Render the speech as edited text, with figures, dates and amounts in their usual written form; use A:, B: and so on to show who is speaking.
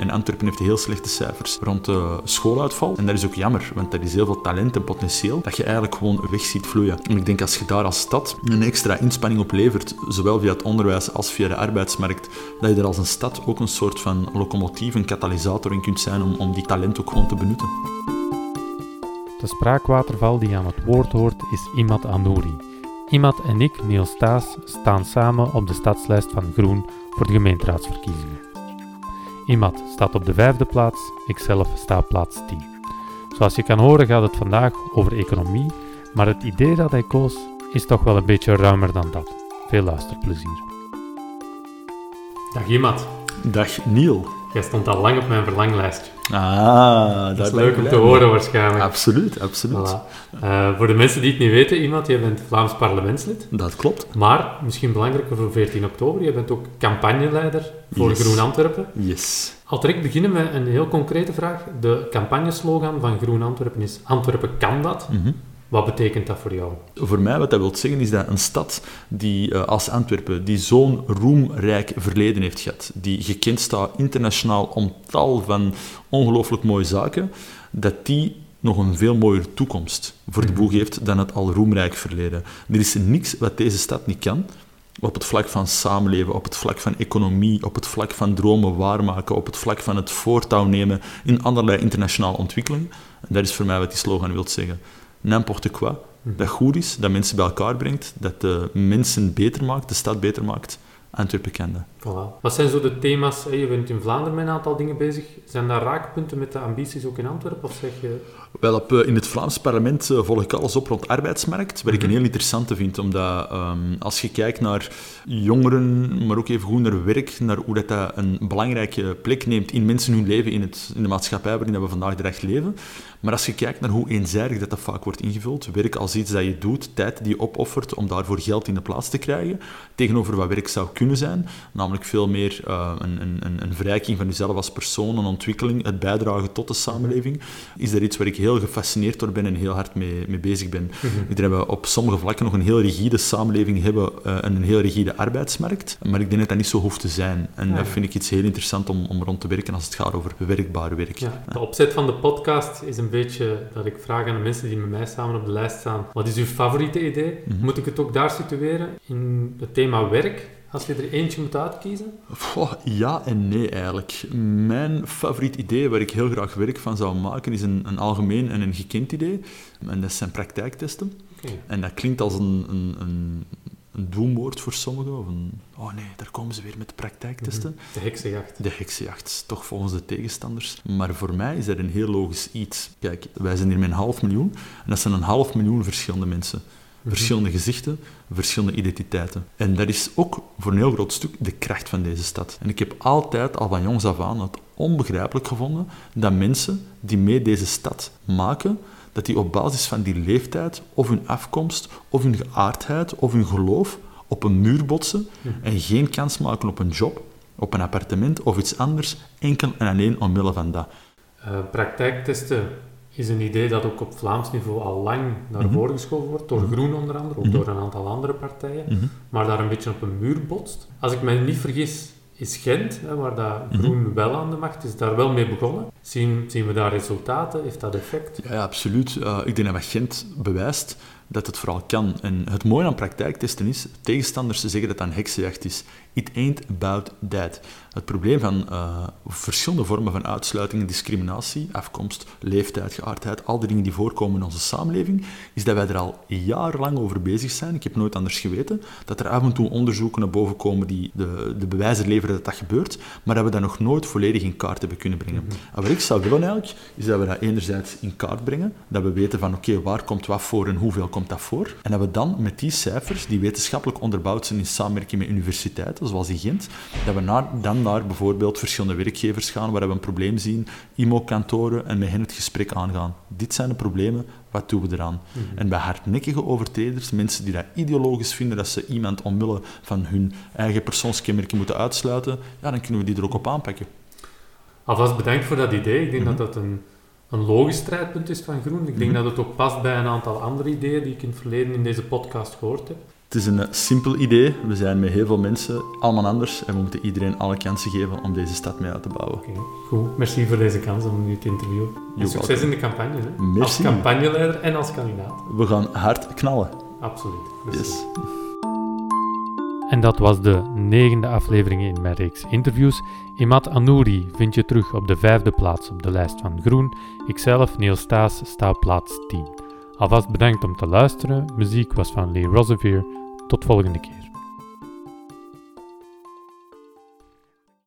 A: En Antwerpen heeft heel slechte cijfers rond schooluitval. En dat is ook jammer, want er is heel veel talent en potentieel dat je eigenlijk gewoon weg ziet vloeien. En ik denk als je daar als stad een extra inspanning op levert, zowel via het onderwijs als via de arbeidsmarkt, dat je er als een stad ook een soort van locomotief, een katalysator in kunt zijn om die talent ook gewoon te benutten.
B: De spraakwaterval die aan het woord hoort is Imad Anouri. Imad en ik, Niels Staes, staan samen op de stadslijst van Groen voor de gemeenteraadsverkiezingen. Imad staat op de 5e plaats, ikzelf sta op plaats 10. Zoals je kan horen gaat het vandaag over economie, maar het idee dat hij koos is toch wel een beetje ruimer dan dat. Veel luisterplezier. Dag Imad.
A: Dag Niel.
B: Jij stond al lang op mijn verlanglijstje.
A: Dat
B: is leuk om te horen waarschijnlijk.
A: Absoluut.
B: Voilà. Voor de mensen die het niet weten, Imad, jij bent Vlaams parlementslid.
A: Dat klopt.
B: Maar, misschien belangrijker voor 14 oktober, jij bent ook campagneleider voor Groen Antwerpen.
A: Yes.
B: Al direct beginnen met een heel concrete vraag. De campagneslogan van Groen Antwerpen is Antwerpen kan dat.
A: Mm-hmm.
B: Wat betekent dat voor jou?
A: Voor mij, wat dat wil zeggen, is dat een stad die als Antwerpen, die zo'n roemrijk verleden heeft gehad, die gekend staat internationaal om tal van ongelooflijk mooie zaken, dat die nog een veel mooiere toekomst voor de boeg heeft dan het al roemrijk verleden. Er is niks wat deze stad niet kan, op het vlak van samenleven, op het vlak van economie, op het vlak van dromen waarmaken, op het vlak van het voortouw nemen in allerlei internationale ontwikkelingen. En dat is voor mij wat die slogan wil zeggen. N'importe quoi, dat goed is, dat mensen bij elkaar brengt, dat de mensen beter maakt, de stad beter maakt. Antwerpen kan dat.
B: Voilà. Wat zijn zo de thema's? Je bent in Vlaanderen met een aantal dingen bezig. Zijn daar raakpunten met de ambities ook in Antwerpen? Of zeg je...
A: Wel, in het Vlaams parlement volg ik alles op rond arbeidsmarkt, wat ik een heel interessante vind, omdat als je kijkt naar jongeren, maar ook even goed naar werk, naar hoe dat een belangrijke plek neemt in mensen hun leven, in de maatschappij waarin we vandaag de dag leven. Maar als je kijkt naar hoe eenzijdig dat vaak wordt ingevuld, werk als iets dat je doet, tijd die je opoffert om daarvoor geld in de plaats te krijgen, tegenover wat werk zou kunnen zijn, namelijk veel meer een verrijking van jezelf als persoon, een ontwikkeling, het bijdragen tot de samenleving, is er iets waar ik heel gefascineerd door ben en heel hard mee bezig ben. Ik denk dat we op sommige vlakken nog een heel rigide samenleving hebben en een heel rigide arbeidsmarkt, maar ik denk dat dat niet zo hoeft te zijn. En dat vind ik iets heel interessant om rond te werken als het gaat over werkbaar werk.
B: Ja, de opzet van de podcast is een beetje dat ik vraag aan de mensen die met mij samen op de lijst staan, wat is uw favoriete idee? Moet ik het ook daar situeren in het thema werk? Als je er eentje moet uitkiezen?
A: Ja en nee, eigenlijk. Mijn favoriet idee waar ik heel graag werk van zou maken is een algemeen en een gekend idee. En dat zijn praktijktesten. Okay. En dat klinkt als een doemwoord voor sommigen. Of oh nee, daar komen ze weer met de praktijktesten.
B: De heksenjacht.
A: De heksenjacht, toch volgens de tegenstanders. Maar voor mij is dat een heel logisch iets. Kijk, wij zijn hier met 500.000 en dat zijn 500.000 verschillende mensen. Verschillende gezichten, verschillende identiteiten. En dat is ook voor een heel groot stuk de kracht van deze stad. En ik heb altijd, al van jongs af aan, het onbegrijpelijk gevonden dat mensen die mee deze stad maken, dat die op basis van die leeftijd, of hun afkomst, of hun geaardheid, of hun geloof, op een muur botsen en geen kans maken op een job, op een appartement of iets anders, enkel en alleen omwille van dat.
B: Praktijktesten is een idee dat ook op Vlaams niveau al lang naar voren geschoven wordt, door Groen onder andere, ook door een aantal andere partijen, maar daar een beetje op een muur botst. Als ik mij niet vergis, is Gent, waar dat Groen wel aan de macht is, daar wel mee begonnen. Zien we daar resultaten? Heeft dat effect?
A: Ja, absoluut. Ik denk dat wat Gent bewijst dat het vooral kan. En het mooie aan praktijktesten is, tegenstanders zeggen dat dat een heksenjacht is. It ain't about that. Het probleem van verschillende vormen van uitsluiting en discriminatie, afkomst, leeftijd, geaardheid, al die dingen die voorkomen in onze samenleving, is dat wij er al jarenlang over bezig zijn. Ik heb nooit anders geweten. Dat er af en toe onderzoeken naar boven komen die de bewijzen leveren dat dat gebeurt, maar dat we dat nog nooit volledig in kaart hebben kunnen brengen. En wat ik zou willen eigenlijk, is dat we dat enerzijds in kaart brengen, dat we weten van oké, waar komt wat voor en hoeveel komt dat voor, en dat we dan met die cijfers, die wetenschappelijk onderbouwd zijn in samenwerking met universiteiten, zoals in Gent, dat we dan naar bijvoorbeeld verschillende werkgevers gaan waar we een probleem zien, IMO-kantoren, en met hen het gesprek aangaan. Dit zijn de problemen, wat doen we eraan? En bij hardnekkige overtreders, mensen die dat ideologisch vinden dat ze iemand omwille van hun eigen persoonskenmerken moeten uitsluiten, ja, dan kunnen we die er ook op aanpakken.
B: Alvast bedankt voor dat idee. Ik denk dat dat een logisch strijdpunt is van Groen. Ik denk dat het ook past bij een aantal andere ideeën die ik in het verleden in deze podcast gehoord heb.
A: Het is een simpel idee. We zijn met heel veel mensen, allemaal anders. En we moeten iedereen alle kansen geven om deze stad mee uit te bouwen.
B: Oké, goed. Merci voor deze kans om nu te interviewen. En succes in de campagne. Hè?
A: Merci.
B: Als campagneleider en als kandidaat.
A: We gaan hard knallen.
B: Absoluut. Merci.
A: Yes.
B: En dat was de 9e aflevering in mijn reeks interviews. Imad Anouri vind je terug op de 5e plaats op de lijst van Groen. Ikzelf, Niels Staes, sta op plaats 10. Alvast bedankt om te luisteren. Muziek was van Lee Rosevier. Tot volgende keer.